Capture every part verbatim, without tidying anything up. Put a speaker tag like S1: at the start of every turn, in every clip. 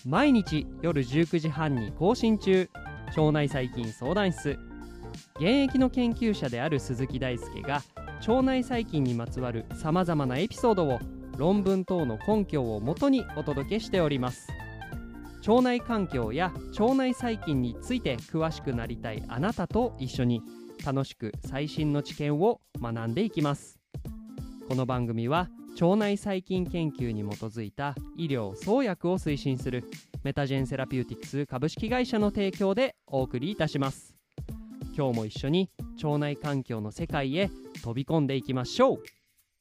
S1: 毎日夜じゅうくじはんに更新中、腸内細菌相談室。現役の研究者である鈴木大輔が腸内細菌にまつわるさまざまなエピソードを論文等の根拠をもとにお届けしております。腸内環境や腸内細菌について詳しくなりたいあなたと一緒に楽しく最新の知見を学んでいきます。この番組は腸内細菌研究に基づいた医療創薬を推進するメタジェンセラピューティクス株式会社の提供でお送りいたします。今日も一緒に腸内環境の世界へ飛び込んでいきましょう。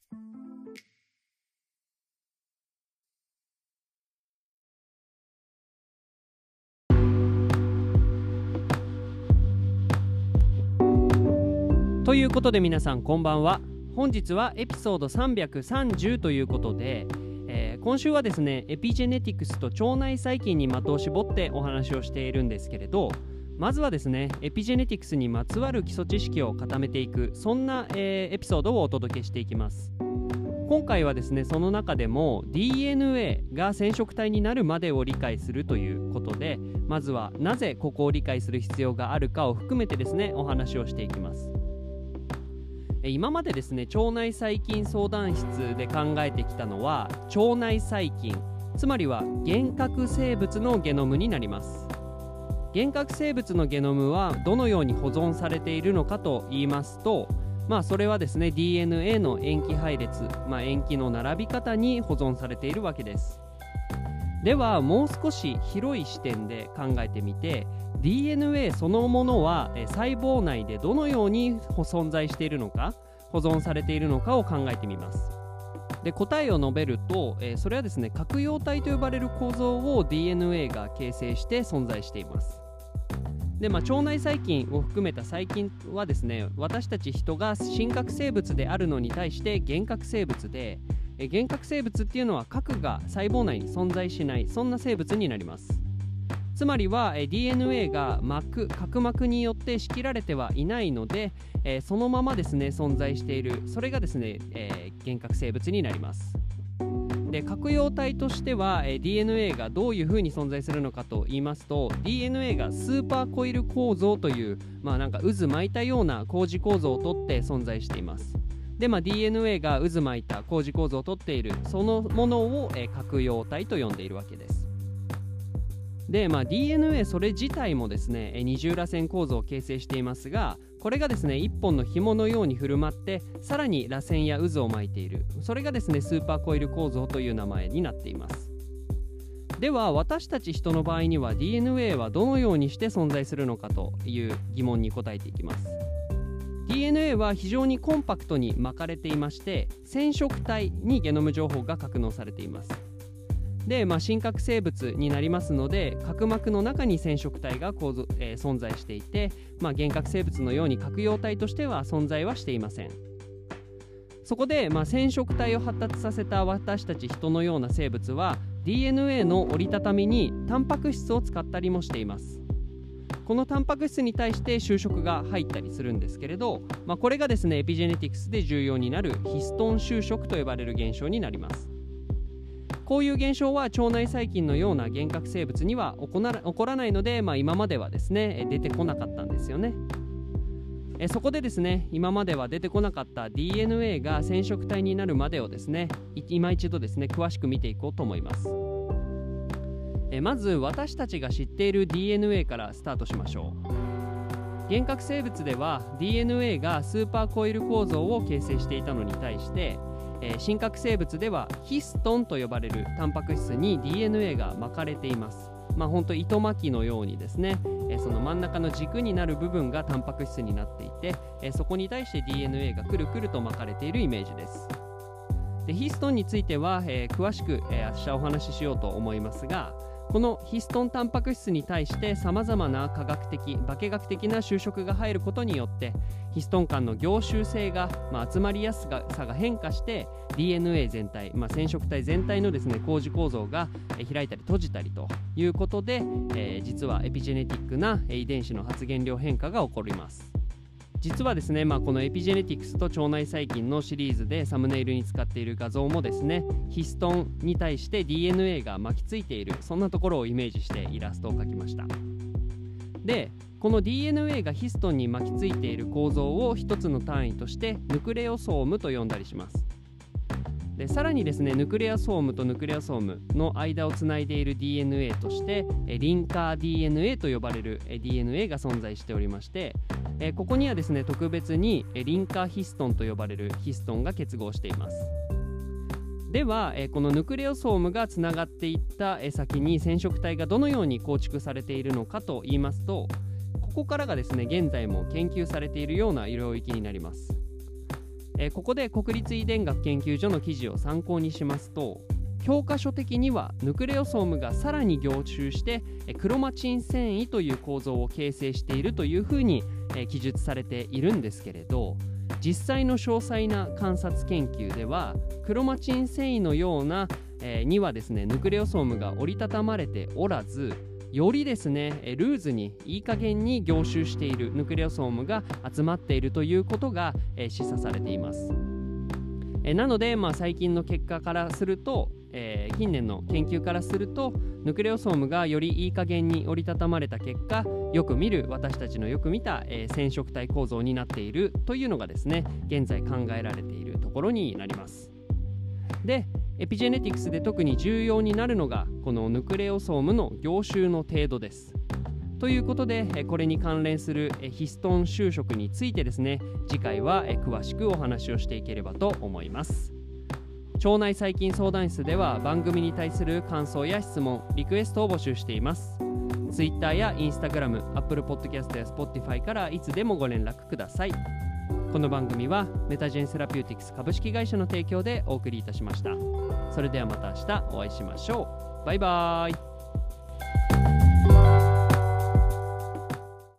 S1: ということで皆さんこんばんは。本日はエピソードさんびゃくさんじゅうということで、えー、今週はですねエピジェネティクスと腸内細菌に的を絞ってお話をしているんですけれど、まずはですねエピジェネティクスにまつわる基礎知識を固めていく、そんな、えー、エピソードをお届けしていきます。今回はですねその中でも ディーエヌエー が染色体になるまでを理解するということで、まずはなぜここを理解する必要があるかを含めてですねお話をしていきます。今までですね腸内細菌相談室で考えてきたのは腸内細菌、つまりは原核生物のゲノムになります。原核生物のゲノムはどのように保存されているのかと言いますと、まあそれはですね ディーエヌエー の塩基配列、まあ、塩基の並び方に保存されているわけです。ではもう少し広い視点で考えてみて、 ディーエヌエー そのものは細胞内でどのように存在しているのか、保存されているのかを考えてみます。で答えを述べると、それはですね核葉体と呼ばれる構造を ディーエヌエー が形成して存在しています。で、まあ、腸内細菌を含めた細菌はですね私たち人が真核生物であるのに対して原核生物で、原核生物っていうのは核が細胞内に存在しない、そんな生物になります。つまりは ディーエヌエー が膜、核膜によって仕切られてはいないので、えー、そのままですね存在している、それがですね、えー、原核生物になります。で核葉体としては、えー、ディーエヌエー がどういうふうに存在するのかと言いますと、 ディーエヌエー がスーパーコイル構造という、まあなんか渦巻いたような工事構造をとって存在しています。で、まあ、ディーエヌエー が渦巻いた工事構造をとっているそのものを、えー、核葉体と呼んでいるわけです。で、まあ、ディーエヌエー それ自体もですね二重らせん構造を形成していますが、これがですね一本の紐のように振る舞ってさらに螺旋や渦を巻いている、それがですねスーパーコイル構造という名前になっています。では私たち人の場合には ディーエヌエー はどのようにして存在するのかという疑問に答えていきます。ディーエヌエー は非常にコンパクトに巻かれていまして、染色体にゲノム情報が格納されています。で、まあ、真核生物になりますので核膜の中に染色体が構造、えー、存在していて、まあ、原核生物のように核葉体としては存在はしていません。そこで、まあ、染色体を発達させた私たち人のような生物は ディーエヌエー の折りたたみにタンパク質を使ったりもしています。このタンパク質に対して修飾が入ったりするんですけれど、まあ、これがですねエピジェネティクスで重要になるヒストン修飾と呼ばれる現象になります。こういう現象は腸内細菌のような原核生物には起こら、起こらないので、まあ、今まではですね出てこなかったんですよね。えそこでですね今までは出てこなかった ディーエヌエー が染色体になるまでをですね今一度ですね詳しく見ていこうと思います。えまず私たちが知っている ディーエヌエー からスタートしましょう。原核生物では ディーエヌエー がスーパーコイル構造を形成していたのに対して、えー、真核生物ではヒストンと呼ばれるタンパク質に ディーエヌエー が巻かれています。まあ本当糸巻きのようにですね、えー、その真ん中の軸になる部分がタンパク質になっていて、えー、そこに対して ディーエヌエー がくるくると巻かれているイメージです。でヒストンについては、えー、詳しく、えー、明日お話ししようと思いますが、このヒストンタンパク質に対してさまざまな化学的、化学的な修飾が入ることによってヒストン間の凝集性が、まあ、集まりやすさが変化して ディーエヌエー 全体、まあ、染色体全体のですね工事構造が開いたり閉じたりということで、えー、実はエピジェネティックな遺伝子の発現量変化が起こります。 実はですね、まあ、このエピジェネティクスと腸内細菌のシリーズでサムネイルに使っている画像もですね、ヒストンに対して ディーエヌエー が巻きついている、そんなところをイメージしてイラストを描きました。で、この ディーエヌエー がヒストンに巻きついている構造を一つの単位としてヌクレオソームと呼んだりします。でさらにですね、ヌクレアソームとヌクレアソームの間をつないでいる ディーエヌエー としてリンカー ディーエヌエー と呼ばれる ディーエヌエー が存在しておりまして、ここにはですね、特別にリンカーヒストンと呼ばれるヒストンが結合しています。ではこのヌクレオソームがつながっていった先に染色体がどのように構築されているのかと言いますと、ここからがですね、現在も研究されているような領域になります。えここで国立遺伝学研究所の記事を参考にしますと、教科書的にはヌクレオソームがさらに凝集してクロマチン繊維という構造を形成しているというふうに記述されているんですけれど、実際の詳細な観察研究ではクロマチン繊維のような、えー、にはですね、ヌクレオソームが折りたたまれておらず、よりですねルーズにいい加減に凝集しているヌクレオソームが集まっているということが、えー、示唆されています。えー、なので、まあ、最近の結果からすると、えー、近年の研究からするとヌクレオソームがよりいい加減に折りたたまれた結果、よく見る私たちのよく見た、えー、染色体構造になっているというのがですね、現在考えられているところになります。で、エピジェネティクスで特に重要になるのがこのヌクレオソームの凝集の程度です。ということで、これに関連するヒストン修飾についてですね、次回は詳しくお話をしていければと思います。腸内細菌相談室では番組に対する感想や質問、リクエストを募集しています。Twitter や Instagram、Apple Podcast や Spotify からいつでもご連絡ください。この番組はメタジェンセラピューティクス株式会社の提供でお送りいたしました。それではまた明日お会いしましょう。バイバーイ。